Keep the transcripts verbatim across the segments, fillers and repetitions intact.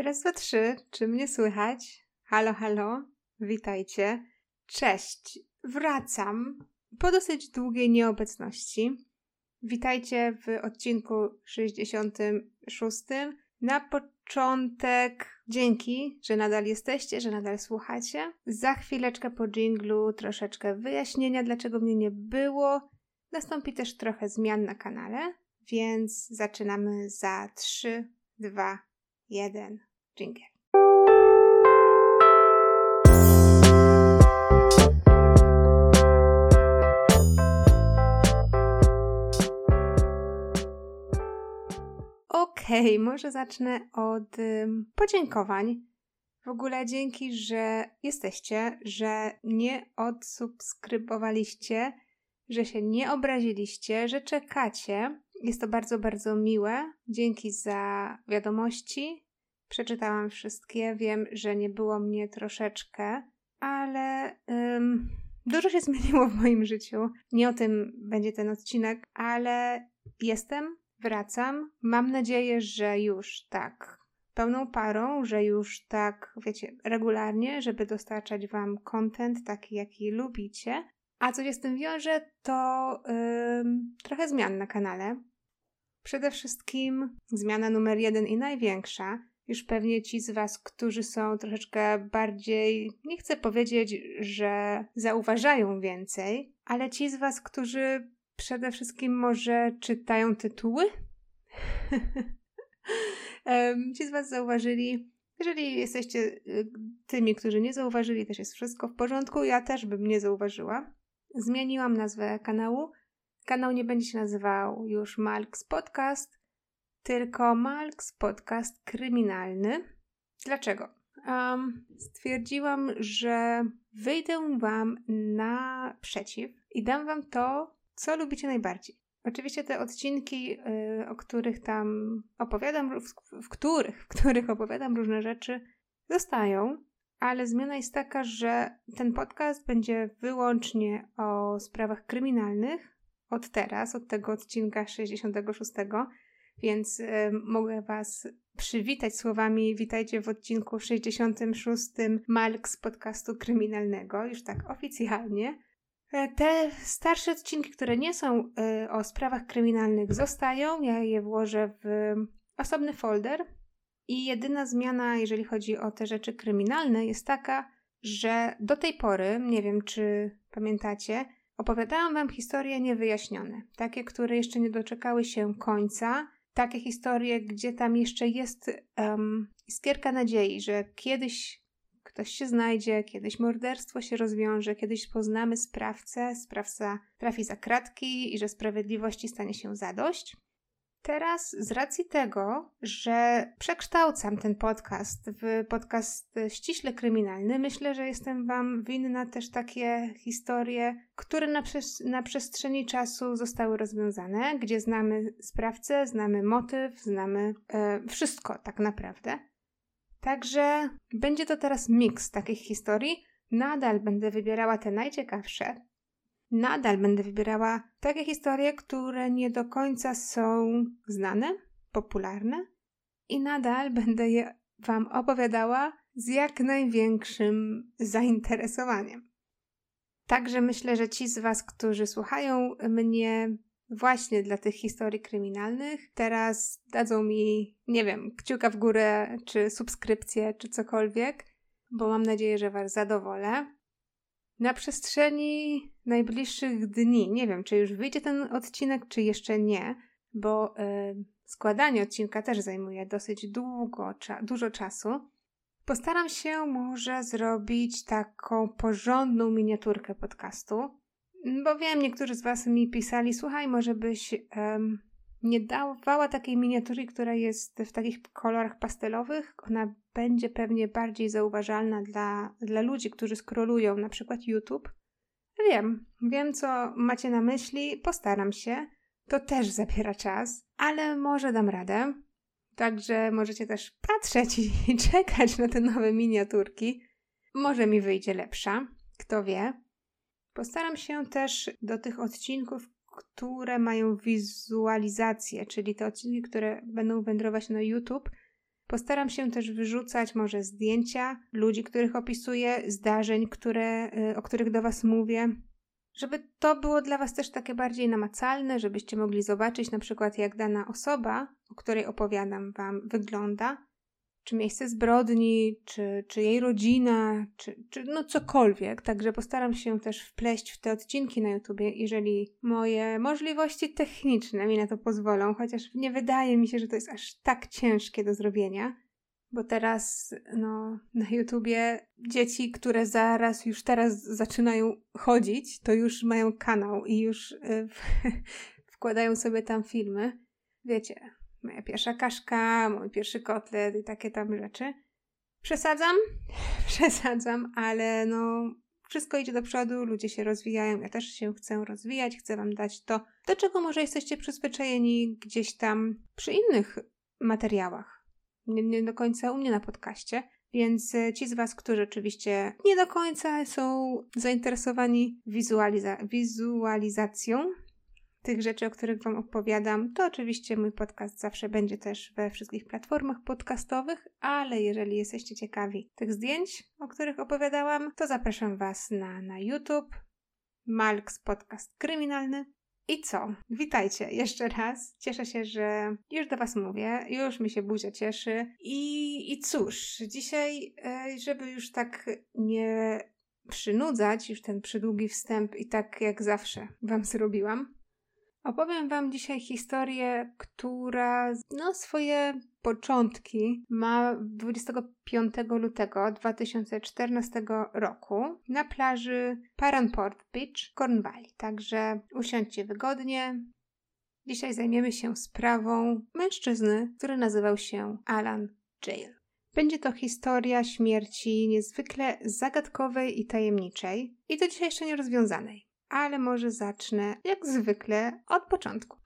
Raz, dwa, trzy. Czy mnie słychać? Halo, halo. Witajcie. Cześć. Wracam po dosyć długiej nieobecności. Witajcie w odcinku sześćdziesiątym szóstym. Na początek dzięki, że nadal jesteście, że nadal słuchacie. Za chwileczkę po dżinglu troszeczkę wyjaśnienia, dlaczego mnie nie było. Nastąpi też trochę zmian na kanale, więc zaczynamy za trzy, dwa, jeden. Dżingiel. Okej, okay, może zacznę od um, podziękowań. W ogóle dzięki, że jesteście, że nie odsubskrybowaliście, że się nie obraziliście, że czekacie. Jest to bardzo, bardzo miłe. Dzięki za wiadomości. Przeczytałam wszystkie. Wiem, że nie było mnie troszeczkę, ale um, dużo się zmieniło w moim życiu. Nie o tym będzie ten odcinek, ale jestem, wracam. Mam nadzieję, że już tak pełną parą, że już tak, wiecie, regularnie, żeby dostarczać wam content taki, jaki lubicie. A co się z tym wiąże, to yy, trochę zmian na kanale. Przede wszystkim zmiana numer jeden i największa. Już pewnie ci z was, którzy są troszeczkę bardziej, nie chcę powiedzieć, że zauważają więcej, ale ci z was, którzy przede wszystkim może czytają tytuły. Ci z was zauważyli. Jeżeli jesteście tymi, którzy nie zauważyli, też jest wszystko w porządku. Ja też bym nie zauważyła. Zmieniłam nazwę kanału. Kanał nie będzie się nazywał już Malks Podcast, tylko Malks Podcast Kryminalny. Dlaczego? Um, stwierdziłam, że wyjdę wam naprzeciw i dam wam to, co lubicie najbardziej. Oczywiście te odcinki, yy, o których tam opowiadam, w, w których, w których opowiadam różne rzeczy, zostają, ale zmiana jest taka, że ten podcast będzie wyłącznie o sprawach kryminalnych od teraz, od tego odcinka sześćdziesiątego szóstego, więc yy, mogę was przywitać słowami witajcie w odcinku sześćdziesiątym szóstym Malks Podcastu Kryminalnego, już tak oficjalnie. Te starsze odcinki, które nie są y, o sprawach kryminalnych, zostają. Ja je włożę w osobny folder. I jedyna zmiana, jeżeli chodzi o te rzeczy kryminalne, jest taka, że do tej pory, nie wiem czy pamiętacie, opowiadałam wam historie niewyjaśnione. Takie, które jeszcze nie doczekały się końca. Takie historie, gdzie tam jeszcze jest um, iskierka nadziei, że kiedyś ktoś się znajdzie, kiedyś morderstwo się rozwiąże, kiedyś poznamy sprawcę, sprawca trafi za kratki i że sprawiedliwości stanie się zadość. Teraz z racji tego, że przekształcam ten podcast w podcast ściśle kryminalny, myślę, że jestem wam winna też takie historie, które na, przes- na przestrzeni czasu zostały rozwiązane, gdzie znamy sprawcę, znamy motyw, znamy e, wszystko tak naprawdę. Także będzie to teraz miks takich historii. Nadal będę wybierała te najciekawsze. Nadal będę wybierała takie historie, które nie do końca są znane, popularne. I nadal będę je wam opowiadała z jak największym zainteresowaniem. Także myślę, że ci z was, którzy słuchają mnie właśnie dla tych historii kryminalnych, teraz dadzą mi, nie wiem, kciuka w górę, czy subskrypcję, czy cokolwiek, bo mam nadzieję, że was zadowolę. Na przestrzeni najbliższych dni, nie wiem, czy już wyjdzie ten odcinek, czy jeszcze nie, bo yy, składanie odcinka też zajmuje dosyć długo, cza- dużo czasu. Postaram się może zrobić taką porządną miniaturkę podcastu, bo wiem, niektórzy z was mi pisali, słuchaj, może byś um, nie dawała takiej miniatury, która jest w takich kolorach pastelowych. Ona będzie pewnie bardziej zauważalna dla, dla ludzi, którzy scrollują na przykład YouTube. Wiem, wiem co macie na myśli, postaram się. To też zabiera czas, ale może dam radę. Także możecie też patrzeć i czekać na te nowe miniaturki. Może mi wyjdzie lepsza, kto wie. Postaram się też do tych odcinków, które mają wizualizację, czyli te odcinki, które będą wędrować na YouTube, Postaram się też wyrzucać może zdjęcia ludzi, których opisuję, zdarzeń, które, o których do Was mówię, żeby to było dla Was też takie bardziej namacalne, żebyście mogli zobaczyć na przykład jak dana osoba, o której opowiadam Wam, wygląda, czy miejsce zbrodni, czy, czy jej rodzina, czy, czy no cokolwiek. Także postaram się też wpleść w te odcinki na YouTubie, jeżeli moje możliwości techniczne mi na to pozwolą, chociaż nie wydaje mi się, że to jest aż tak ciężkie do zrobienia, bo teraz no, na YouTubie dzieci, które zaraz, już teraz zaczynają chodzić, to już mają kanał i już y, wkładają sobie tam filmy. Wiecie, moja pierwsza kaszka, mój pierwszy kotlet i takie tam rzeczy. Przesadzam? Przesadzam, ale no wszystko idzie do przodu, ludzie się rozwijają, ja też się chcę rozwijać, chcę Wam dać to, do czego może jesteście przyzwyczajeni gdzieś tam przy innych materiałach. Nie, nie do końca u mnie na podcaście, więc ci z Was, którzy oczywiście nie do końca są zainteresowani wizualiza- wizualizacją tych rzeczy, o których Wam opowiadam, to oczywiście mój podcast zawsze będzie też we wszystkich platformach podcastowych, ale jeżeli jesteście ciekawi tych zdjęć, o których opowiadałam, to zapraszam Was na, na YouTube, Malks Podcast Kryminalny. I co? Witajcie jeszcze raz. Cieszę się, że już do Was mówię, już mi się buzia cieszy. I, i cóż, dzisiaj, żeby już tak nie przynudzać, już ten przydługi wstęp i tak jak zawsze Wam zrobiłam, opowiem Wam dzisiaj historię, która no, swoje początki ma dwudziestego piątego lutego dwa tysiące czternastego roku na plaży Paranport Beach w Cornwalli. Także usiądźcie wygodnie. Dzisiaj zajmiemy się sprawą mężczyzny, który nazywał się Alan Jail. Będzie to historia śmierci niezwykle zagadkowej i tajemniczej i do dzisiaj jeszcze nierozwiązanej. Ale może zacznę, jak zwykle, od początku.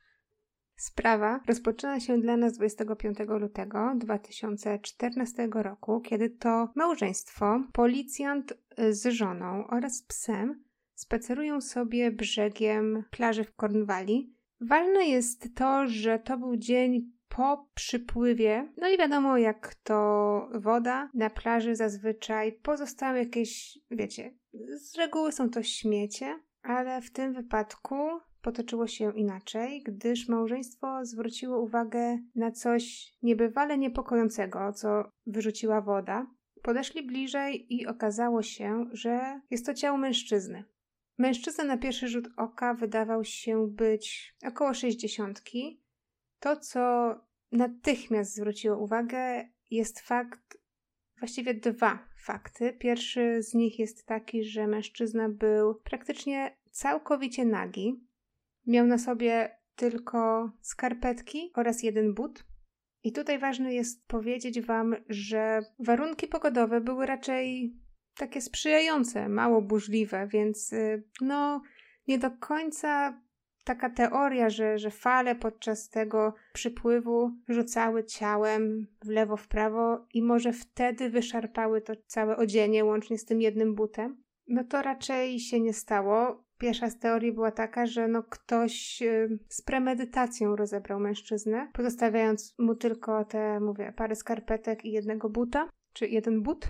Sprawa rozpoczyna się dla nas dwudziestego piątego lutego dwa tysiące czternastego roku, kiedy to małżeństwo, policjant z żoną oraz psem spacerują sobie brzegiem plaży w Cornwalli. Ważne jest to, że to był dzień po przypływie, no i wiadomo jak to woda, na plaży zazwyczaj pozostały jakieś, wiecie, z reguły są to śmiecie, ale w tym wypadku potoczyło się inaczej, gdyż małżeństwo zwróciło uwagę na coś niebywale niepokojącego, co wyrzuciła woda. Podeszli bliżej i okazało się, że jest to ciało mężczyzny. Mężczyzna na pierwszy rzut oka wydawał się być około sześćdziesiątki. To, co natychmiast zwróciło uwagę, jest fakt, właściwie dwa fakty. Pierwszy z nich jest taki, że mężczyzna był praktycznie całkowicie nagi. Miał na sobie tylko skarpetki oraz jeden but. I tutaj ważne jest powiedzieć Wam, że warunki pogodowe były raczej takie sprzyjające, mało burzliwe, więc no nie do końca taka teoria, że, że fale podczas tego przypływu rzucały ciałem w lewo, w prawo i może wtedy wyszarpały to całe odzienie łącznie z tym jednym butem, no to raczej się nie stało. Pierwsza z teorii była taka, że no ktoś yy, z premedytacją rozebrał mężczyznę, pozostawiając mu tylko te, mówię, parę skarpetek i jednego buta, czy jeden but.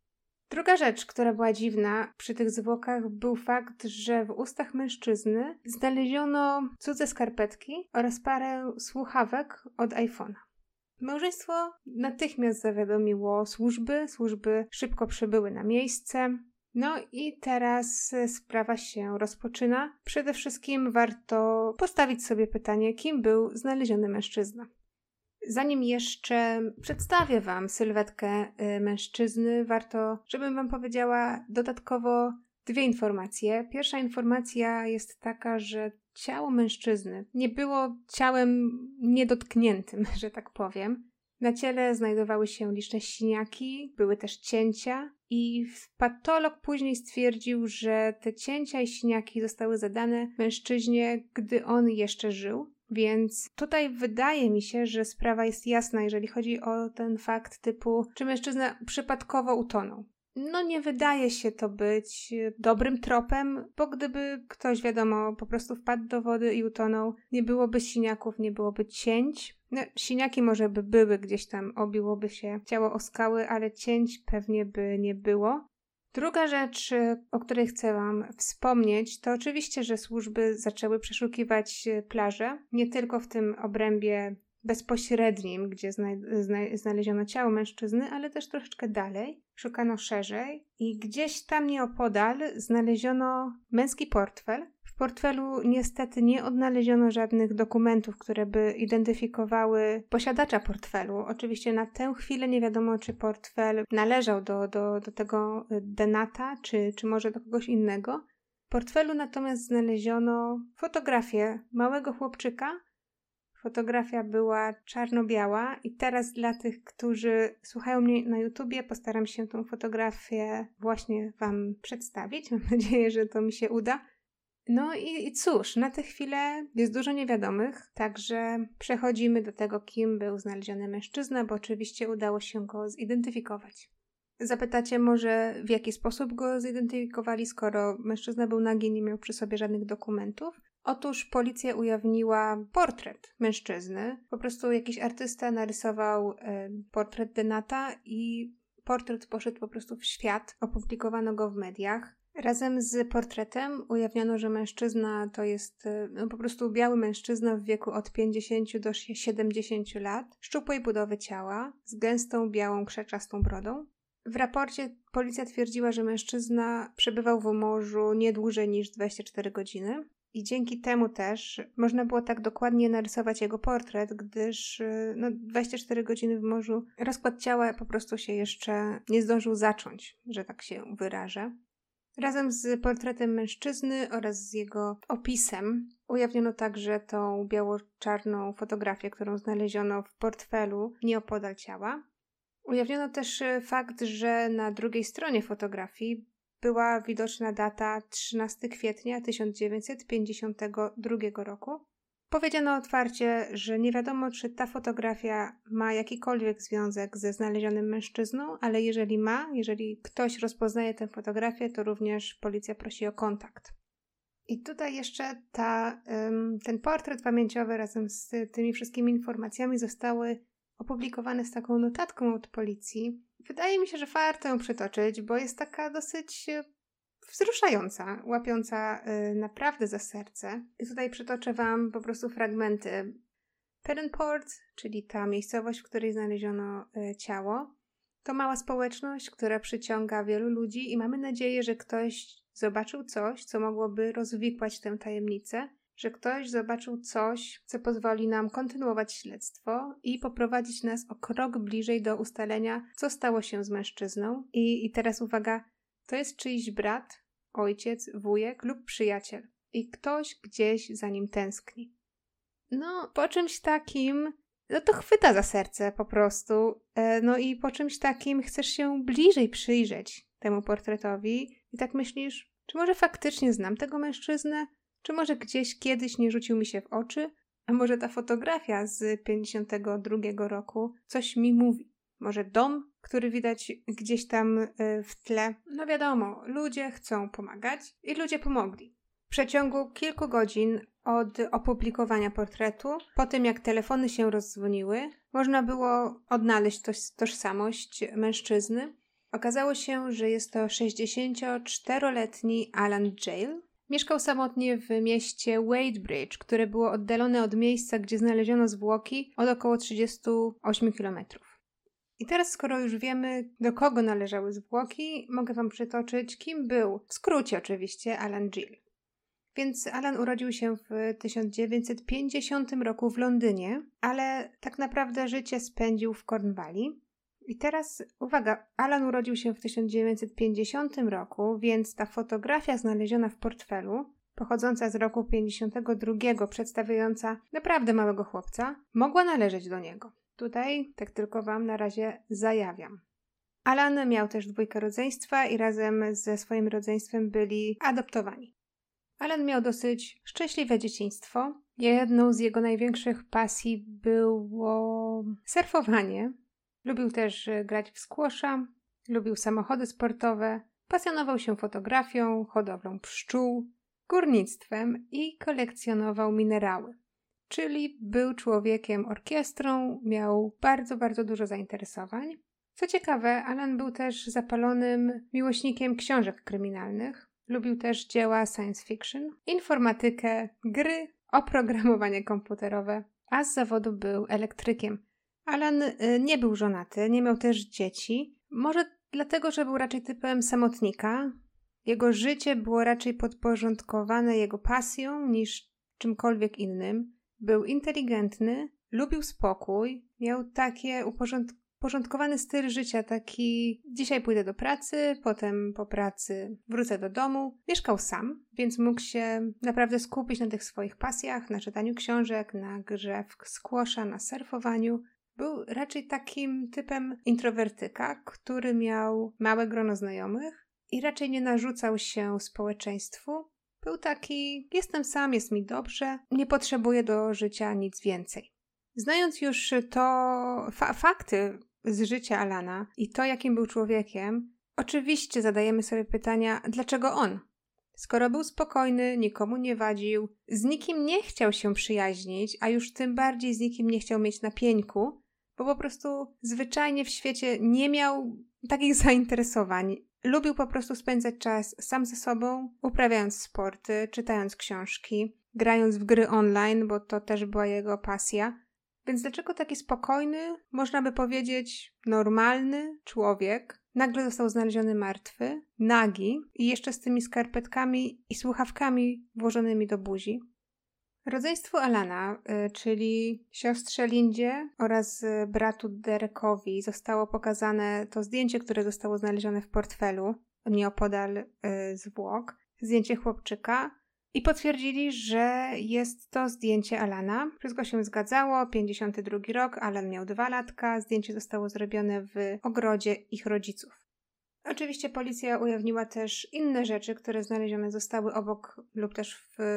Druga rzecz, która była dziwna przy tych zwłokach, był fakt, że w ustach mężczyzny znaleziono cudze skarpetki oraz parę słuchawek od iPhone'a. Małżeństwo natychmiast zawiadomiło służby, służby szybko przybyły na miejsce. No i teraz sprawa się rozpoczyna. Przede wszystkim warto postawić sobie pytanie, kim był znaleziony mężczyzna. Zanim jeszcze przedstawię Wam sylwetkę y, mężczyzny, warto, żebym Wam powiedziała dodatkowo dwie informacje. Pierwsza informacja jest taka, że ciało mężczyzny nie było ciałem niedotkniętym, że tak powiem. Na ciele znajdowały się liczne siniaki, były też cięcia i patolog później stwierdził, że te cięcia i siniaki zostały zadane mężczyźnie, gdy on jeszcze żył. Więc tutaj wydaje mi się, że sprawa jest jasna, jeżeli chodzi o ten fakt typu, czy mężczyzna przypadkowo utonął. No nie wydaje się to być dobrym tropem, bo gdyby ktoś, wiadomo, po prostu wpadł do wody i utonął, nie byłoby siniaków, nie byłoby cięć. No, siniaki może by były gdzieś tam, obiłoby się ciało o skały, ale cięć pewnie by nie było. Druga rzecz, o której chcę Wam wspomnieć, to oczywiście, że służby zaczęły przeszukiwać plaże, nie tylko w tym obrębie bezpośrednim, gdzie zna- zna- znaleziono ciało mężczyzny, ale też troszeczkę dalej. Szukano szerzej i gdzieś tam nieopodal znaleziono męski portfel. W portfelu niestety nie odnaleziono żadnych dokumentów, które by identyfikowały posiadacza portfelu. Oczywiście na tę chwilę nie wiadomo, czy portfel należał do, do, do tego denata, czy, czy może do kogoś innego. W portfelu natomiast znaleziono fotografię małego chłopczyka. Fotografia była czarno-biała i teraz dla tych, którzy słuchają mnie na YouTubie, postaram się tą fotografię właśnie Wam przedstawić. Mam nadzieję, że to mi się uda. No i, i cóż, na tę chwilę jest dużo niewiadomych, także przechodzimy do tego, kim był znaleziony mężczyzna, bo oczywiście udało się go zidentyfikować. Zapytacie może, w jaki sposób go zidentyfikowali, skoro mężczyzna był nagi i nie miał przy sobie żadnych dokumentów? Otóż policja ujawniła portret mężczyzny. Po prostu jakiś artysta narysował y, portret denata i portret poszedł po prostu w świat. Opublikowano go w mediach. Razem z portretem ujawniono, że mężczyzna to jest y, no, po prostu biały mężczyzna w wieku od pięćdziesięciu do siedemdziesięciu lat, szczupłej budowy ciała, z gęstą, białą, krzaczastą brodą. W raporcie policja twierdziła, że mężczyzna przebywał w morzu nie dłużej niż dwadzieścia cztery godziny. I dzięki temu też można było tak dokładnie narysować jego portret, gdyż no, dwadzieścia cztery godziny w morzu rozkład ciała po prostu się jeszcze nie zdążył zacząć, że tak się wyrażę. Razem z portretem mężczyzny oraz z jego opisem ujawniono także tą biało-czarną fotografię, którą znaleziono w portfelu nieopodal ciała. Ujawniono też fakt, że na drugiej stronie fotografii była widoczna data trzynastego kwietnia tysiąc dziewięćset pięćdziesiątego drugiego roku. Powiedziano otwarcie, że nie wiadomo, czy ta fotografia ma jakikolwiek związek ze znalezionym mężczyzną, ale jeżeli ma, jeżeli ktoś rozpoznaje tę fotografię, to również policja prosi o kontakt. I tutaj jeszcze ta, um, ten portret pamięciowy razem z tymi wszystkimi informacjami zostały opublikowane z taką notatką od policji. Wydaje mi się, że warto ją przytoczyć, bo jest taka dosyć wzruszająca, łapiąca y, naprawdę za serce. I tutaj przytoczę Wam po prostu fragmenty. Perranport, czyli ta miejscowość, w której znaleziono y, ciało, to mała społeczność, która przyciąga wielu ludzi i mamy nadzieję, że ktoś zobaczył coś, co mogłoby rozwikłać tę tajemnicę, że ktoś zobaczył coś, co pozwoli nam kontynuować śledztwo i poprowadzić nas o krok bliżej do ustalenia, co stało się z mężczyzną. I, i teraz uwaga, to jest czyjś brat, ojciec, wujek lub przyjaciel. I ktoś gdzieś za nim tęskni. No, po czymś takim, no to chwyta za serce po prostu. E, no i po czymś takim chcesz się bliżej przyjrzeć temu portretowi i tak myślisz, czy może faktycznie znam tego mężczyznę? Czy może gdzieś kiedyś nie rzucił mi się w oczy? A może ta fotografia z pięćdziesiątego drugiego roku coś mi mówi? Może dom, który widać gdzieś tam w tle? No wiadomo, ludzie chcą pomagać i ludzie pomogli. W przeciągu kilku godzin od opublikowania portretu, po tym jak telefony się rozdzwoniły, można było odnaleźć toż- tożsamość mężczyzny. Okazało się, że jest to sześćdziesięcioczteroletni Alan Jale. Mieszkał samotnie w mieście Wadebridge, które było oddalone od miejsca, gdzie znaleziono zwłoki, od około trzydziestu ośmiu kilometrów. I teraz, skoro już wiemy, do kogo należały zwłoki, mogę Wam przytoczyć, kim był, w skrócie oczywiście, Alan Jale. Więc Alan urodził się w tysiąc dziewięćset pięćdziesiątym roku w Londynie, ale tak naprawdę życie spędził w Cornwalli. I teraz, uwaga, Alan urodził się w tysiąc dziewięćset pięćdziesiątym roku, więc ta fotografia znaleziona w portfelu, pochodząca z roku pięćdziesiątego drugiego, przedstawiająca naprawdę małego chłopca, mogła należeć do niego. Tutaj tak tylko Wam na razie zajawiam. Alan miał też dwójkę rodzeństwa i razem ze swoim rodzeństwem byli adoptowani. Alan miał dosyć szczęśliwe dzieciństwo. Jedną z jego największych pasji było surfowanie. Lubił też grać w squasha lubił samochody sportowe, pasjonował się fotografią, hodowlą pszczół, górnictwem i kolekcjonował minerały. Czyli był człowiekiem orkiestrą, miał bardzo, bardzo dużo zainteresowań. Co ciekawe, Alan był też zapalonym miłośnikiem książek kryminalnych. Lubił też dzieła science fiction, informatykę, gry, oprogramowanie komputerowe, a z zawodu był elektrykiem. Alan y, nie był żonaty, nie miał też dzieci. Może dlatego, że był raczej typem samotnika. Jego życie było raczej podporządkowane jego pasją niż czymkolwiek innym. Był inteligentny, lubił spokój, miał takie uporządkowane Uporządkowany styl życia, taki dzisiaj pójdę do pracy, potem po pracy wrócę do domu. Mieszkał sam, więc mógł się naprawdę skupić na tych swoich pasjach, na czytaniu książek, na grze w squasha, na surfowaniu. Był raczej takim typem introwertyka, który miał małe grono znajomych i raczej nie narzucał się społeczeństwu. Był taki, jestem sam, jest mi dobrze, nie potrzebuję do życia nic więcej. Znając już to fa- fakty z życia Alana i to, jakim był człowiekiem, oczywiście zadajemy sobie pytania, dlaczego on? Skoro był spokojny, nikomu nie wadził, z nikim nie chciał się przyjaźnić, a już tym bardziej z nikim nie chciał mieć na pieńku, bo po prostu zwyczajnie w świecie nie miał takich zainteresowań. Lubił po prostu spędzać czas sam ze sobą, uprawiając sporty, czytając książki, grając w gry online, bo to też była jego pasja. Więc dlaczego taki spokojny, można by powiedzieć normalny człowiek nagle został znaleziony martwy, nagi i jeszcze z tymi skarpetkami i słuchawkami włożonymi do buzi? Rodzeństwu Alana, y, czyli siostrze Lindzie oraz y, bratu Derekowi zostało pokazane to zdjęcie, które zostało znalezione w portfelu nieopodal y, zwłok. Zdjęcie chłopczyka. I potwierdzili, że jest to zdjęcie Alana. Wszystko się zgadzało, pięćdziesiąty drugi rok, Alan miał dwa latka, zdjęcie zostało zrobione w ogrodzie ich rodziców. Oczywiście policja ujawniła też inne rzeczy, które znalezione zostały obok lub też w,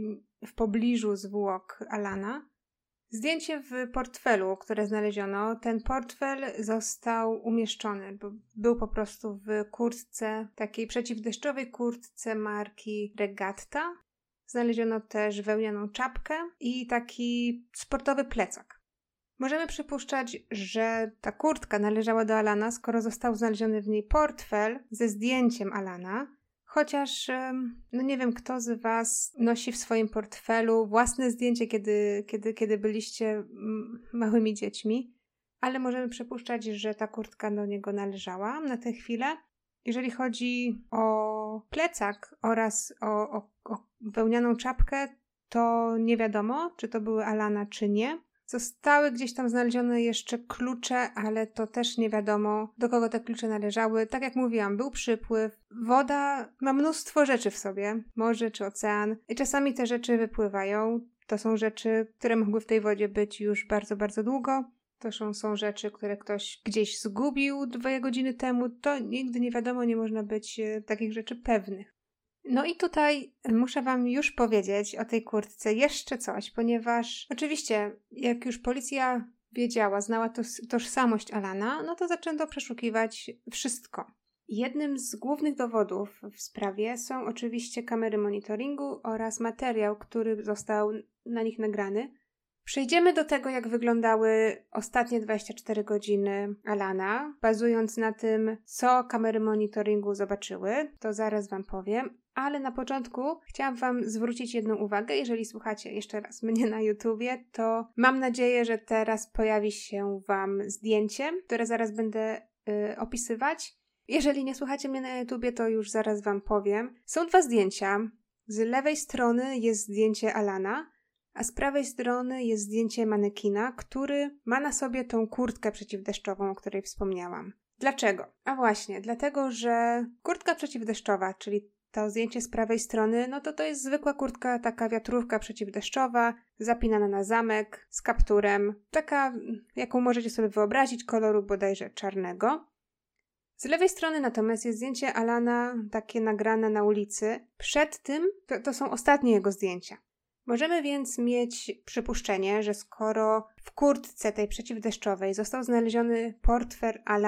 w pobliżu zwłok Alana. Zdjęcie w portfelu, które znaleziono, ten portfel został umieszczony, bo był po prostu w kurtce, takiej przeciwdeszczowej kurtce marki Regatta. Znaleziono też wełnianą czapkę i taki sportowy plecak. Możemy przypuszczać, że ta kurtka należała do Alana, skoro został znaleziony w niej portfel ze zdjęciem Alana, chociaż no nie wiem, kto z was nosi w swoim portfelu własne zdjęcie, kiedy, kiedy, kiedy byliście małymi dziećmi, ale możemy przypuszczać, że ta kurtka do niego należała na tę chwilę. Jeżeli chodzi o plecak oraz o, o, o wełnianą czapkę, to nie wiadomo, czy to były Alana, czy nie. Zostały gdzieś tam znalezione jeszcze klucze, ale to też nie wiadomo, do kogo te klucze należały. Tak jak mówiłam, był przypływ. Woda ma mnóstwo rzeczy w sobie, morze czy ocean. I czasami te rzeczy wypływają. To są rzeczy, które mogły w tej wodzie być już bardzo, bardzo długo. To są, są rzeczy, które ktoś gdzieś zgubił dwie godziny temu. To nigdy nie wiadomo, nie można być e, takich rzeczy pewnych. No i tutaj muszę wam już powiedzieć o tej kurtce jeszcze coś, ponieważ oczywiście jak już policja wiedziała, znała tos- tożsamość Alana, no to zaczęto przeszukiwać wszystko. Jednym z głównych dowodów w sprawie są oczywiście kamery monitoringu oraz materiał, który został na nich nagrany. Przejdziemy do tego, jak wyglądały ostatnie dwadzieścia cztery godziny Alana, bazując na tym, co kamery monitoringu zobaczyły, to zaraz wam powiem, ale na początku chciałam wam zwrócić jedną uwagę, jeżeli słuchacie jeszcze raz mnie na YouTubie, to mam nadzieję, że teraz pojawi się wam zdjęcie, które zaraz będę y, opisywać. Jeżeli nie słuchacie mnie na YouTubie, to już zaraz wam powiem. Są dwa zdjęcia. Z lewej strony jest zdjęcie Alana, a z prawej strony jest zdjęcie manekina, który ma na sobie tą kurtkę przeciwdeszczową, o której wspomniałam. Dlaczego? A właśnie, dlatego, że kurtka przeciwdeszczowa, czyli to zdjęcie z prawej strony, no to to jest zwykła kurtka, taka wiatrówka przeciwdeszczowa, zapinana na zamek, z kapturem, taka, jaką możecie sobie wyobrazić, koloru bodajże czarnego. Z lewej strony natomiast jest zdjęcie Alana, takie nagrane na ulicy. Przed tym to, to są ostatnie jego zdjęcia. Możemy więc mieć przypuszczenie, że skoro w kurtce tej przeciwdeszczowej został znaleziony portfel Alana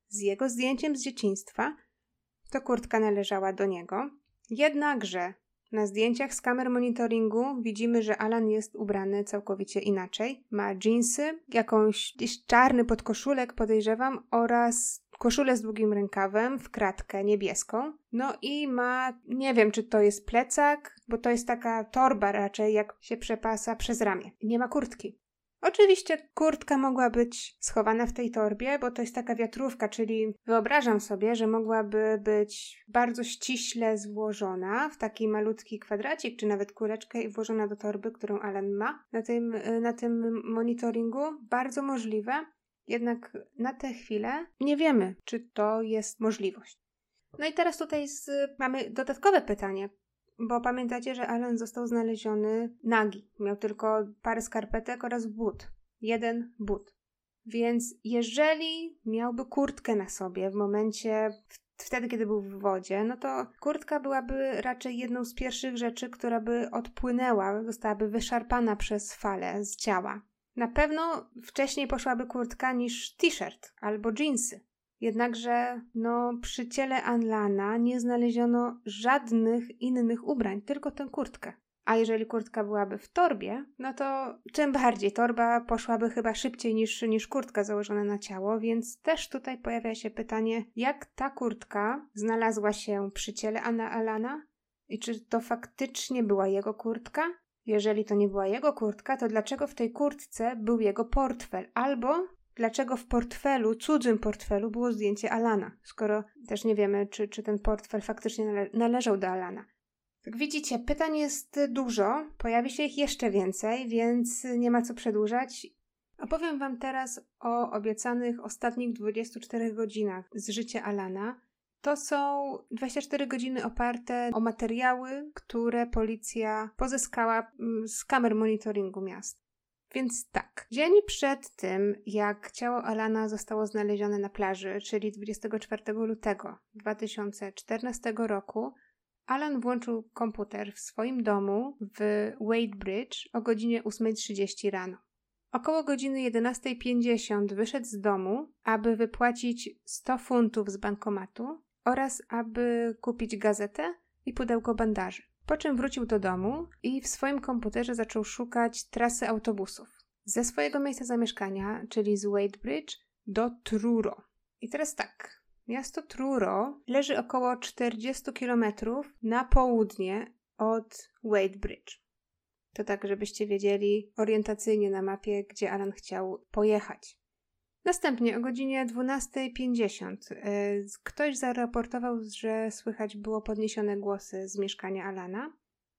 z jego zdjęciem z dzieciństwa, to kurtka należała do niego. Jednakże na zdjęciach z kamer monitoringu widzimy, że Alan jest ubrany całkowicie inaczej. Ma dżinsy, jakąś gdzieś czarny podkoszulek, podejrzewam, oraz koszulę z długim rękawem w kratkę niebieską. No i ma, nie wiem, czy to jest plecak, bo to jest taka torba raczej, jak się przepasa przez ramię. Nie ma kurtki. Oczywiście kurtka mogła być schowana w tej torbie, bo to jest taka wiatrówka, czyli wyobrażam sobie, że mogłaby być bardzo ściśle złożona w taki malutki kwadracik, czy nawet kuleczkę i włożona do torby, którą Alan ma na tym, na tym monitoringu. Bardzo możliwe, jednak na tę chwilę nie wiemy, czy to jest możliwość. No i teraz tutaj z, mamy dodatkowe pytanie. Bo pamiętacie, że Alan został znaleziony nagi. Miał tylko parę skarpetek oraz but. Jeden but. Więc jeżeli miałby kurtkę na sobie w momencie, wtedy kiedy był w wodzie, no to kurtka byłaby raczej jedną z pierwszych rzeczy, która by odpłynęła, zostałaby wyszarpana przez falę z ciała. Na pewno wcześniej poszłaby kurtka niż t-shirt albo dżinsy. Jednakże no, przy ciele Alana nie znaleziono żadnych innych ubrań, tylko tę kurtkę. A jeżeli kurtka byłaby w torbie, no to tym bardziej torba poszłaby chyba szybciej niż, niż kurtka założona na ciało, więc też tutaj pojawia się pytanie, jak ta kurtka znalazła się przy ciele Anna Alana i czy to faktycznie była jego kurtka? Jeżeli to nie była jego kurtka, to dlaczego w tej kurtce był jego portfel? Albo dlaczego w portfelu, cudzym portfelu było zdjęcie Alana, skoro też nie wiemy, czy, czy ten portfel faktycznie nale- należał do Alana. Jak widzicie, pytań jest dużo, pojawi się ich jeszcze więcej, więc nie ma co przedłużać. Opowiem wam teraz o obiecanych ostatnich dwudziestu czterech godzinach z życia Alana. To są dwadzieścia cztery godziny oparte o materiały, które policja pozyskała z kamer monitoringu miasta. Więc tak, dzień przed tym, jak ciało Alana zostało znalezione na plaży, czyli dwudziestego czwartego lutego dwa tysiące czternastego roku, Alan włączył komputer w swoim domu w Wadebridge o godzinie ósma trzydzieści rano. Około godziny jedenasta pięćdziesiąt wyszedł z domu, aby wypłacić sto funtów z bankomatu oraz aby kupić gazetę i pudełko bandaży. Po czym wrócił do domu i w swoim komputerze zaczął szukać trasy autobusów ze swojego miejsca zamieszkania, czyli z Wadebridge, do Truro. I teraz tak, miasto Truro leży około czterdzieści kilometrów na południe od Wadebridge. To tak, żebyście wiedzieli orientacyjnie na mapie, gdzie Alan chciał pojechać. Następnie o godzinie dwunasta pięćdziesiąt yy, ktoś zaraportował, że słychać było podniesione głosy z mieszkania Alana.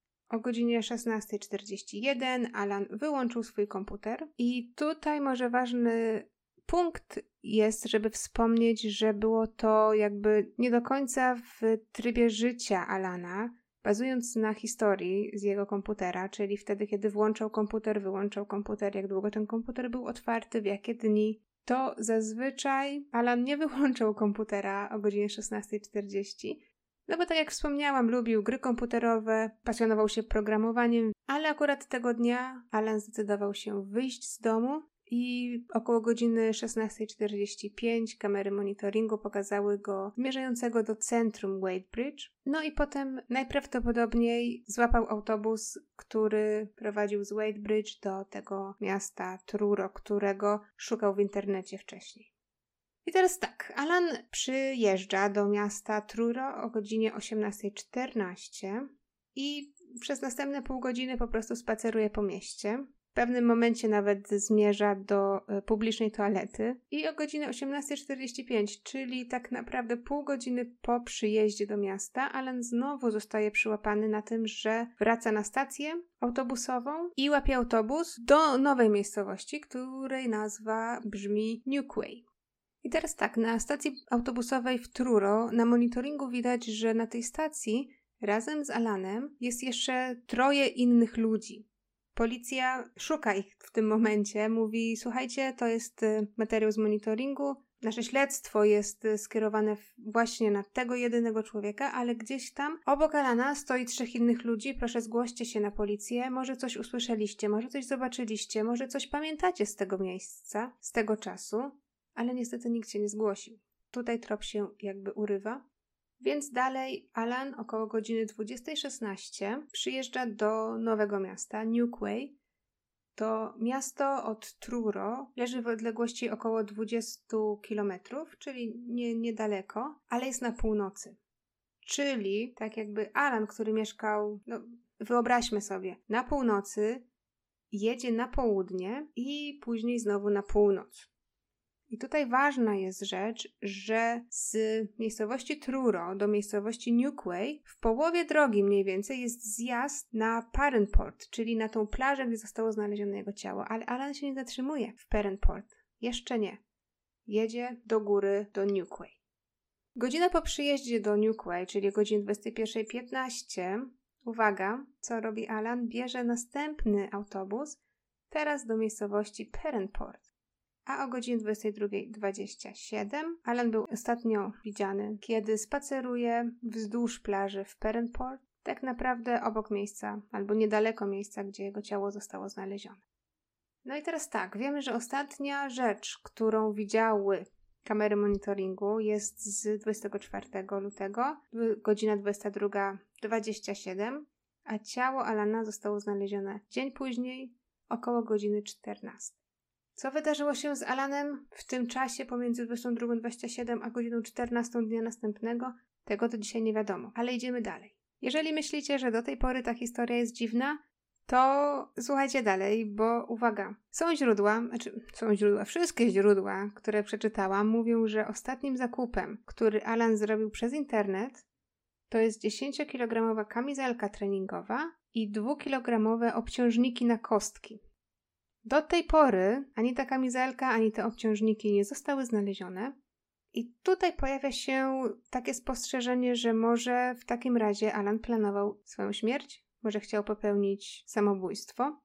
O godzinie szesnasta czterdzieści jeden Alan wyłączył swój komputer i tutaj może ważny punkt jest, żeby wspomnieć, że było to jakby nie do końca w trybie życia Alana, bazując na historii z jego komputera, czyli wtedy, kiedy włączał komputer, wyłączał komputer, jak długo ten komputer był otwarty, w jakie dni, to zazwyczaj Alan nie wyłączał komputera o godzinie szesnasta czterdzieści, no bo tak jak wspomniałam, lubił gry komputerowe, pasjonował się programowaniem, ale akurat tego dnia Alan zdecydował się wyjść z domu i około godziny szesnasta czterdzieści pięć kamery monitoringu pokazały go zmierzającego do centrum Wadebridge. No i potem najprawdopodobniej złapał autobus, który prowadził z Wadebridge do tego miasta Truro, którego szukał w internecie wcześniej. I teraz tak, Alan przyjeżdża do miasta Truro o godzinie osiemnasta czternaście i przez następne pół godziny po prostu spaceruje po mieście. W pewnym momencie nawet zmierza do publicznej toalety i o godzinie osiemnasta czterdzieści pięć, czyli tak naprawdę pół godziny po przyjeździe do miasta, Alan znowu zostaje przyłapany na tym, że wraca na stację autobusową i łapie autobus do nowej miejscowości, której nazwa brzmi Newquay. I teraz tak, na stacji autobusowej w Truro na monitoringu widać, że na tej stacji razem z Alanem jest jeszcze troje innych ludzi. Policja szuka ich w tym momencie, mówi: słuchajcie, to jest materiał z monitoringu, nasze śledztwo jest skierowane właśnie na tego jedynego człowieka, ale gdzieś tam obok Alana stoi trzech innych ludzi, proszę zgłoście się na policję, może coś usłyszeliście, może coś zobaczyliście, może coś pamiętacie z tego miejsca, z tego czasu, ale niestety nikt się nie zgłosił. tutaj trop się jakby urywa. Więc dalej Alan około godziny dwudziestej szesnaście przyjeżdża do nowego miasta, Newquay. To miasto od Truro leży w odległości około dwadzieścia kilometrów, czyli nie, niedaleko, ale jest na północy. Czyli tak jakby Alan, który mieszkał, no wyobraźmy sobie, na północy, jedzie na południe i później znowu na północ. I tutaj ważna jest rzecz, że z miejscowości Truro do miejscowości Newquay w połowie drogi mniej więcej jest zjazd na Perranporth, czyli na tą plażę, gdzie zostało znalezione jego ciało. Ale Alan się nie zatrzymuje w Perranporth. Jeszcze nie. Jedzie do góry do Newquay. Godzinę po przyjeździe do Newquay, czyli o godzinie dwudziestej pierwszej piętnaście, uwaga, co robi Alan? Bierze następny autobus, teraz do miejscowości Perranporth. A o godzinie dwudziestej drugiej dwadzieścia siedem Alan był ostatnio widziany, kiedy spaceruje wzdłuż plaży w Perranporth, tak naprawdę obok miejsca, albo niedaleko miejsca, gdzie jego ciało zostało znalezione. No i teraz tak, wiemy, że ostatnia rzecz, którą widziały kamery monitoringu jest z dwudziestego czwartego lutego, godzina dwudziesta druga dwadzieścia siedem, a ciało Alana zostało znalezione dzień później, około godziny czternastej. Co wydarzyło się z Alanem w tym czasie pomiędzy dwudziestą drugą dwadzieścia siedem a godziną czternastą dnia następnego? Tego to dzisiaj nie wiadomo, ale idziemy dalej. Jeżeli myślicie, że do tej pory ta historia jest dziwna, to słuchajcie dalej, bo uwaga, są źródła, znaczy są źródła, wszystkie źródła, które przeczytałam, mówią, że ostatnim zakupem, który Alan zrobił przez internet, to jest dziesięciokilogramowa kamizelka treningowa i dwukilogramowe obciążniki na kostki. Do tej pory ani ta kamizelka, ani te obciążniki nie zostały znalezione i tutaj pojawia się takie spostrzeżenie, że może w takim razie Alan planował swoją śmierć, może chciał popełnić samobójstwo.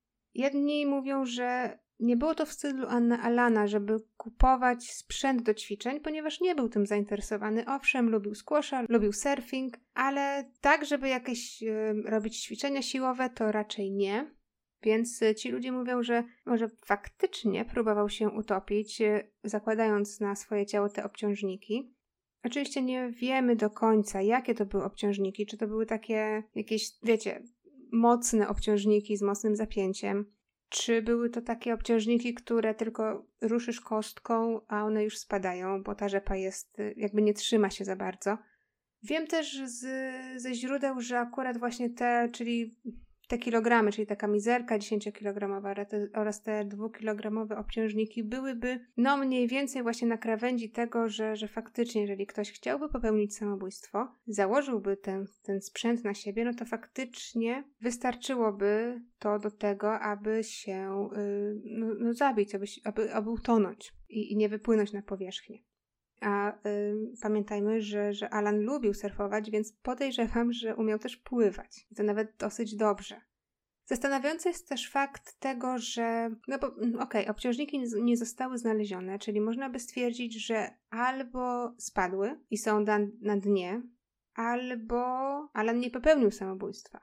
Jedni mówią, że nie było to w stylu Alana, żeby kupować sprzęt do ćwiczeń, ponieważ nie był tym zainteresowany. Owszem, lubił squasha, lubił surfing, ale tak, żeby jakieś y, robić ćwiczenia siłowe, to raczej nie. Więc ci ludzie mówią, że może faktycznie próbował się utopić, zakładając na swoje ciało te obciążniki. Oczywiście nie wiemy do końca, jakie to były obciążniki, czy to były takie jakieś, wiecie, mocne obciążniki z mocnym zapięciem, czy były to takie obciążniki, które tylko ruszysz kostką, a one już spadają, bo ta rzepa jest, jakby nie trzyma się za bardzo. Wiem też z, ze źródeł, że akurat właśnie te, czyli te kilogramy, czyli ta kamizelka dziesięciokilogramowa oraz te dwukilogramowe obciążniki byłyby no mniej więcej właśnie na krawędzi tego, że, że faktycznie jeżeli ktoś chciałby popełnić samobójstwo, założyłby ten, ten sprzęt na siebie, no to faktycznie wystarczyłoby to do tego, aby się yy, no, no zabić, aby, aby, aby utonąć i, i nie wypłynąć na powierzchnię. A y, pamiętajmy, że, że Alan lubił surfować, więc podejrzewam, że umiał też pływać. I to nawet dosyć dobrze. Zastanawiający jest też fakt tego, że no bo okej, okay, obciążniki nie zostały znalezione, czyli można by stwierdzić, że albo spadły i są na, na dnie, albo Alan nie popełnił samobójstwa.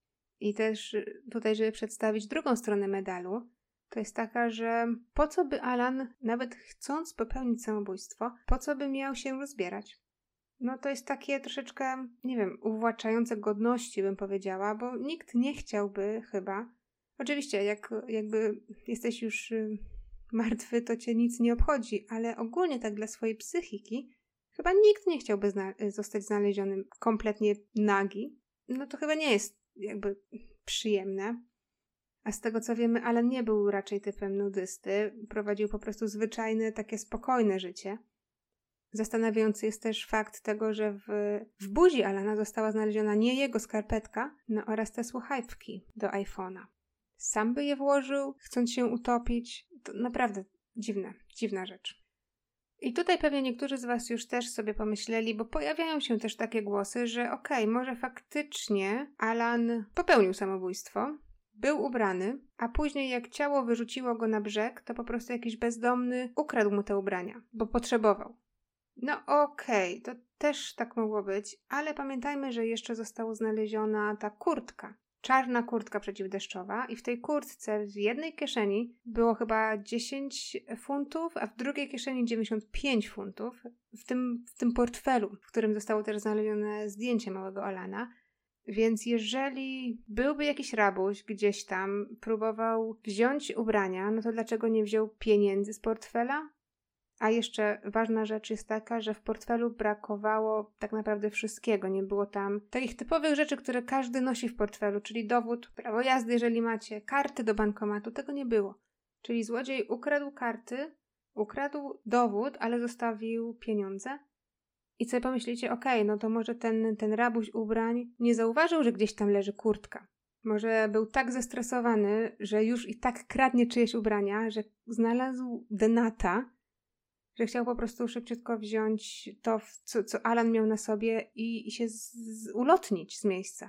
I też tutaj, żeby przedstawić drugą stronę medalu, to jest taka, że po co by Alan, nawet chcąc popełnić samobójstwo, po co by miał się rozbierać? No to jest takie troszeczkę, nie wiem, uwłaczające godności, bym powiedziała, bo nikt nie chciałby chyba. Oczywiście, jak jakby jesteś już y, martwy, to cię nic nie obchodzi, ale ogólnie tak dla swojej psychiki chyba nikt nie chciałby zna- zostać znalezionym kompletnie nagi. No to chyba nie jest jakby przyjemne. A z tego co wiemy, Alan nie był raczej typem nudysty, prowadził po prostu zwyczajne, takie spokojne życie. Zastanawiający jest też fakt tego, że w, w buzi Alana została znaleziona nie jego skarpetka, no oraz te słuchawki do iPhone'a. Sam by je włożył, chcąc się utopić. To naprawdę dziwne, dziwna rzecz. I tutaj pewnie niektórzy z was już też sobie pomyśleli, bo pojawiają się też takie głosy, że okej, okay, może faktycznie Alan popełnił samobójstwo, był ubrany, a później jak ciało wyrzuciło go na brzeg, to po prostu jakiś bezdomny ukradł mu te ubrania, bo potrzebował. No okej, okay, to też tak mogło być, ale pamiętajmy, że jeszcze została znaleziona ta kurtka, czarna kurtka przeciwdeszczowa i w tej kurtce w jednej kieszeni było chyba dziesięć funtów, a w drugiej kieszeni dziewięćdziesiąt pięć funtów. W tym, w tym portfelu, w którym zostało też znalezione zdjęcie małego Alana. Więc jeżeli byłby jakiś rabuś gdzieś tam, próbował wziąć ubrania, no to dlaczego nie wziął pieniędzy z portfela? A jeszcze ważna rzecz jest taka, że w portfelu brakowało tak naprawdę wszystkiego. Nie było tam takich typowych rzeczy, które każdy nosi w portfelu, czyli dowód, prawo jazdy, jeżeli macie, karty do bankomatu. Tego nie było. Czyli złodziej ukradł karty, ukradł dowód, ale zostawił pieniądze. I sobie pomyślicie, okej, okay, no to może ten, ten rabuś ubrań nie zauważył, że gdzieś tam leży kurtka. Może był tak zestresowany, że już i tak kradnie czyjeś ubrania, że znalazł denata, że chciał po prostu szybciutko wziąć to, co, co Alan miał na sobie i, i się z, z, ulotnić z miejsca.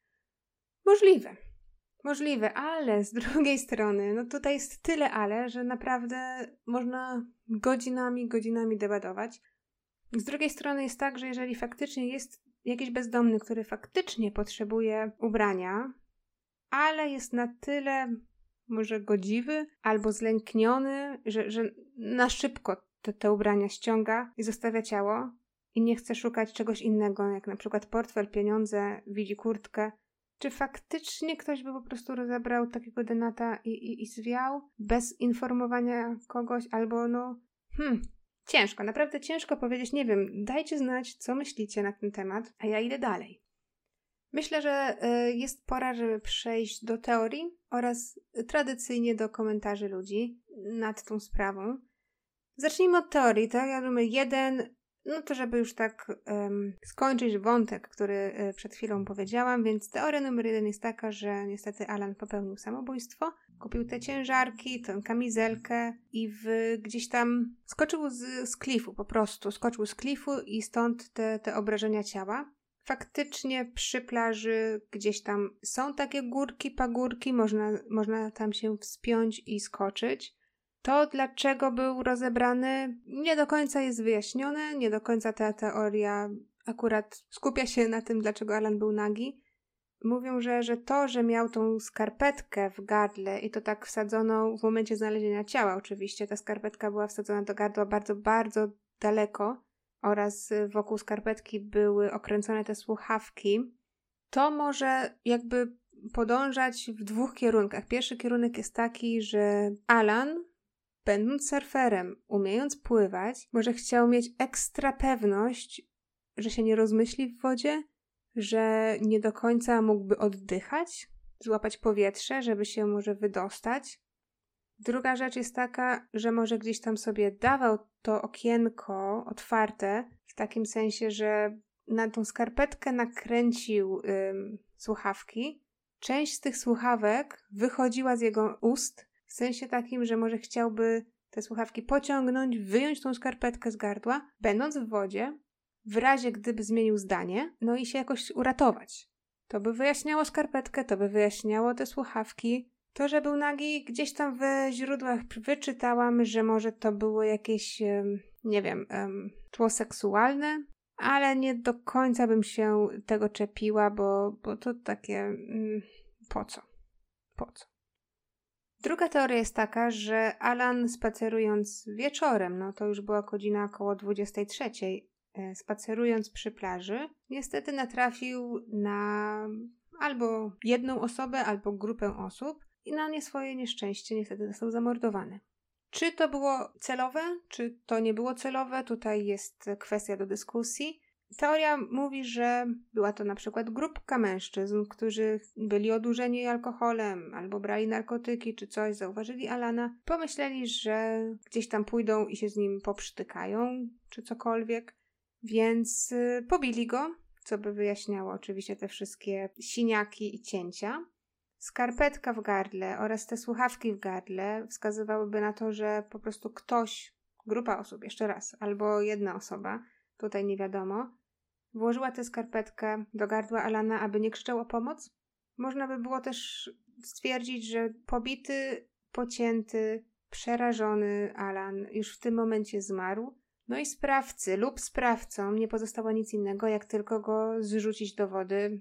Możliwe. Możliwe, ale z drugiej strony, no tutaj jest tyle ale, że naprawdę można godzinami, godzinami debatować. Z drugiej strony jest tak, że jeżeli faktycznie jest jakiś bezdomny, który faktycznie potrzebuje ubrania, ale jest na tyle może godziwy albo zlękniony, że, że na szybko te, te ubrania ściąga i zostawia ciało i nie chce szukać czegoś innego, jak na przykład portfel, pieniądze, widzi kurtkę. Czy faktycznie ktoś by po prostu rozebrał takiego denata i, i, i zwiał bez informowania kogoś albo no... Hmm... Ciężko, naprawdę ciężko powiedzieć, nie wiem, dajcie znać, co myślicie na ten temat, a ja idę dalej. Myślę, że y, jest pora, żeby przejść do teorii oraz tradycyjnie do komentarzy ludzi nad tą sprawą. Zacznijmy od teorii, teoria numer jeden, no to żeby już tak um, skończyć wątek, który y, przed chwilą powiedziałam, więc teoria numer jeden jest taka, że niestety Alan popełnił samobójstwo, kupił te ciężarki, tę kamizelkę i w, gdzieś tam skoczył z, z klifu, po prostu skoczył z klifu i stąd te, te obrażenia ciała. Faktycznie przy plaży gdzieś tam są takie górki, pagórki, można, można tam się wspiąć i skoczyć. To, dlaczego był rozebrany, nie do końca jest wyjaśnione, nie do końca ta teoria akurat skupia się na tym, dlaczego Alan był nagi. Mówią, że, że to, że miał tą skarpetkę w gardle i to tak wsadzoną w momencie znalezienia ciała oczywiście, ta skarpetka była wsadzona do gardła bardzo, bardzo daleko oraz wokół skarpetki były okręcone te słuchawki, to może jakby podążać w dwóch kierunkach. Pierwszy kierunek jest taki, że Alan, będąc surferem, umiejąc pływać, może chciał mieć ekstra pewność, że się nie rozmyśli w wodzie, że nie do końca mógłby oddychać, złapać powietrze, żeby się może wydostać. Druga rzecz jest taka, że może gdzieś tam sobie dawał to okienko otwarte, w takim sensie, że na tą skarpetkę nakręcił ym, słuchawki. Część z tych słuchawek wychodziła z jego ust, w sensie takim, że może chciałby te słuchawki pociągnąć, wyjąć tą skarpetkę z gardła, będąc w wodzie, w razie gdyby zmienił zdanie, no i się jakoś uratować. To by wyjaśniało skarpetkę, to by wyjaśniało te słuchawki. To, że był nagi, gdzieś tam w źródłach wyczytałam, że może to było jakieś, nie wiem, tło seksualne, ale nie do końca bym się tego czepiła, bo, bo to takie... Po co? Po co? Druga teoria jest taka, że Alan spacerując wieczorem, no to już była godzina około dwudziestej trzeciej, spacerując przy plaży, niestety natrafił na albo jedną osobę, albo grupę osób i na nie swoje nieszczęście niestety został zamordowany. Czy to było celowe, czy to nie było celowe? Tutaj jest kwestia do dyskusji. Teoria mówi, że była to na przykład grupka mężczyzn, którzy byli odurzeni alkoholem albo brali narkotyki czy coś, zauważyli Alana, pomyśleli, że gdzieś tam pójdą i się z nim poprztykają czy cokolwiek, więc pobili go, co by wyjaśniało oczywiście te wszystkie siniaki i cięcia. Skarpetka w gardle oraz te słuchawki w gardle wskazywałyby na to, że po prostu ktoś, grupa osób, jeszcze raz, albo jedna osoba, tutaj nie wiadomo, włożyła tę skarpetkę do gardła Alana, aby nie krzyczał o pomoc. Można by było też stwierdzić, że pobity, pocięty, przerażony Alan już w tym momencie zmarł. No i sprawcy lub sprawcom nie pozostało nic innego, jak tylko go zrzucić do wody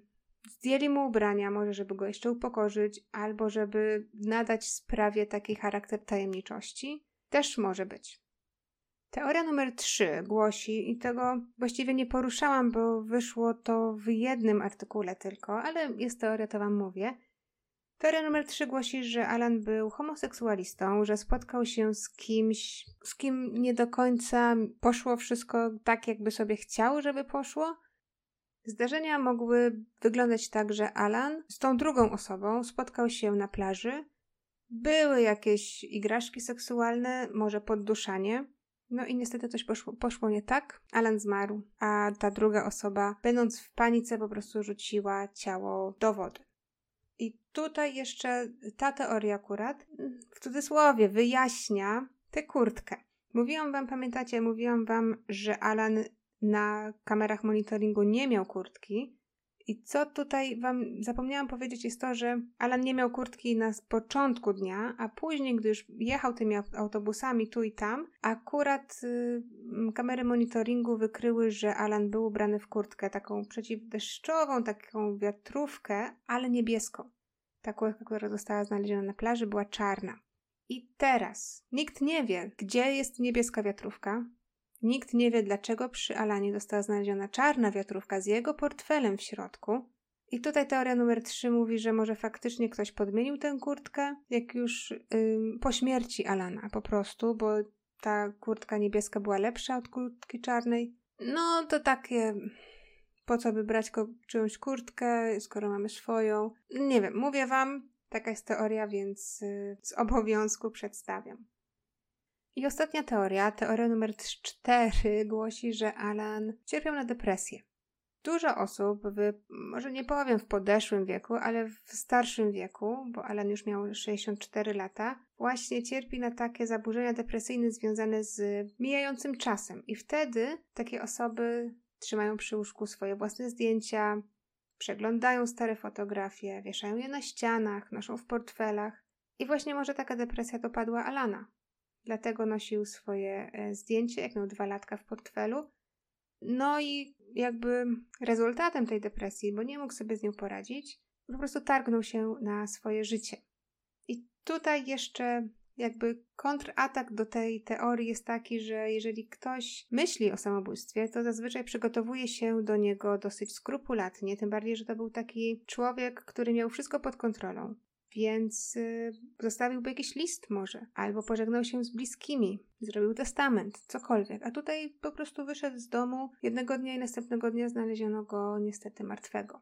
zdjęli mu ubrania, może żeby go jeszcze upokorzyć, albo żeby nadać sprawie taki charakter tajemniczości. Też może być. Teoria numer trzy głosi, i tego właściwie nie poruszałam, bo wyszło to w jednym artykule tylko, ale jest teoria, to wam mówię. Teoria numer trzy głosi, że Alan był homoseksualistą, że spotkał się z kimś, z kim nie do końca poszło wszystko tak, jakby sobie chciał, żeby poszło. Zdarzenia mogły wyglądać tak, że Alan z tą drugą osobą spotkał się na plaży. Były jakieś igraszki seksualne, może podduszanie. No i niestety coś poszło, poszło nie tak. Alan zmarł, a ta druga osoba, będąc w panice, po prostu rzuciła ciało do wody. I tutaj jeszcze ta teoria akurat, w cudzysłowie, wyjaśnia tę kurtkę. Mówiłam wam, pamiętacie, mówiłam wam, że Alan na kamerach monitoringu nie miał kurtki. I co tutaj wam zapomniałam powiedzieć, jest to, że Alan nie miał kurtki na początku dnia, a później, gdy już jechał tymi autobusami tu i tam, akurat y, kamery monitoringu wykryły, że Alan był ubrany w kurtkę taką przeciwdeszczową, taką wiatrówkę, ale niebieską. Ta kurtka, która została znaleziona na plaży, była czarna. I teraz nikt nie wie, gdzie jest niebieska wiatrówka. Nikt nie wie, dlaczego przy Alanie została znaleziona czarna wiatrówka z jego portfelem w środku. I tutaj teoria numer trzy mówi, że może faktycznie ktoś podmienił tę kurtkę, jak już ym, po śmierci Alana po prostu, bo ta kurtka niebieska była lepsza od kurtki czarnej. No to takie, po co by brać ko- czyjąś kurtkę, skoro mamy swoją. Nie wiem, mówię wam, taka jest teoria, więc yy, z obowiązku przedstawiam. I ostatnia teoria, teoria numer cztery, głosi, że Alan cierpiał na depresję. Dużo osób, w, może nie powiem w podeszłym wieku, ale w starszym wieku, bo Alan już miał sześćdziesiąt cztery lata, właśnie cierpi na takie zaburzenia depresyjne związane z mijającym czasem. I wtedy takie osoby trzymają przy łóżku swoje własne zdjęcia, przeglądają stare fotografie, wieszają je na ścianach, noszą w portfelach. I właśnie może taka depresja dopadła Alana. Dlatego nosił swoje zdjęcie, jak miał dwa latka w portfelu. No i jakby rezultatem tej depresji, bo nie mógł sobie z nią poradzić, po prostu targnął się na swoje życie. I tutaj jeszcze jakby kontratak do tej teorii jest taki, że jeżeli ktoś myśli o samobójstwie, to zazwyczaj przygotowuje się do niego dosyć skrupulatnie, tym bardziej, że to był taki człowiek, który miał wszystko pod kontrolą. Więc y, zostawiłby jakiś list może, albo pożegnał się z bliskimi, zrobił testament, cokolwiek. A tutaj po prostu wyszedł z domu jednego dnia i następnego dnia znaleziono go niestety martwego.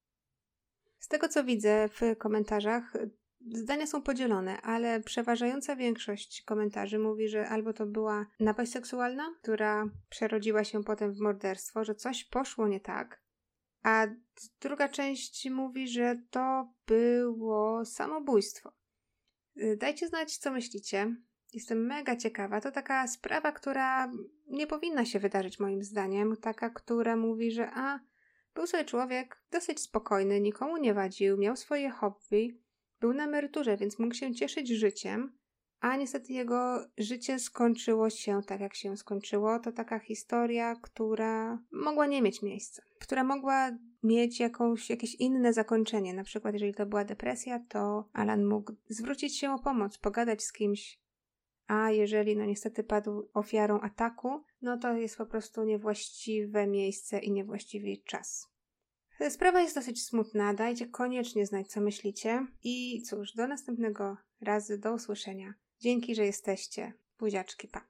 Z tego co widzę w komentarzach, zdania są podzielone, ale przeważająca większość komentarzy mówi, że albo to była napaść seksualna, która przerodziła się potem w morderstwo, że coś poszło nie tak, a druga część mówi, że to było samobójstwo. Dajcie znać, co myślicie. Jestem mega ciekawa. To taka sprawa, która nie powinna się wydarzyć moim zdaniem. Taka, która mówi, że a, był sobie człowiek dosyć spokojny, nikomu nie wadził, miał swoje hobby, był na emeryturze, więc mógł się cieszyć życiem, a niestety jego życie skończyło się tak, jak się skończyło. To taka historia, która mogła nie mieć miejsca, która mogła mieć jakąś, jakieś inne zakończenie. Na przykład, jeżeli to była depresja, to Alan mógł zwrócić się o pomoc, pogadać z kimś, a jeżeli no niestety padł ofiarą ataku, no to jest po prostu niewłaściwe miejsce i niewłaściwy czas. Sprawa jest dosyć smutna, dajcie koniecznie znać, co myślicie i cóż, do następnego razu, do usłyszenia. Dzięki, że jesteście. Buziaczki, pa.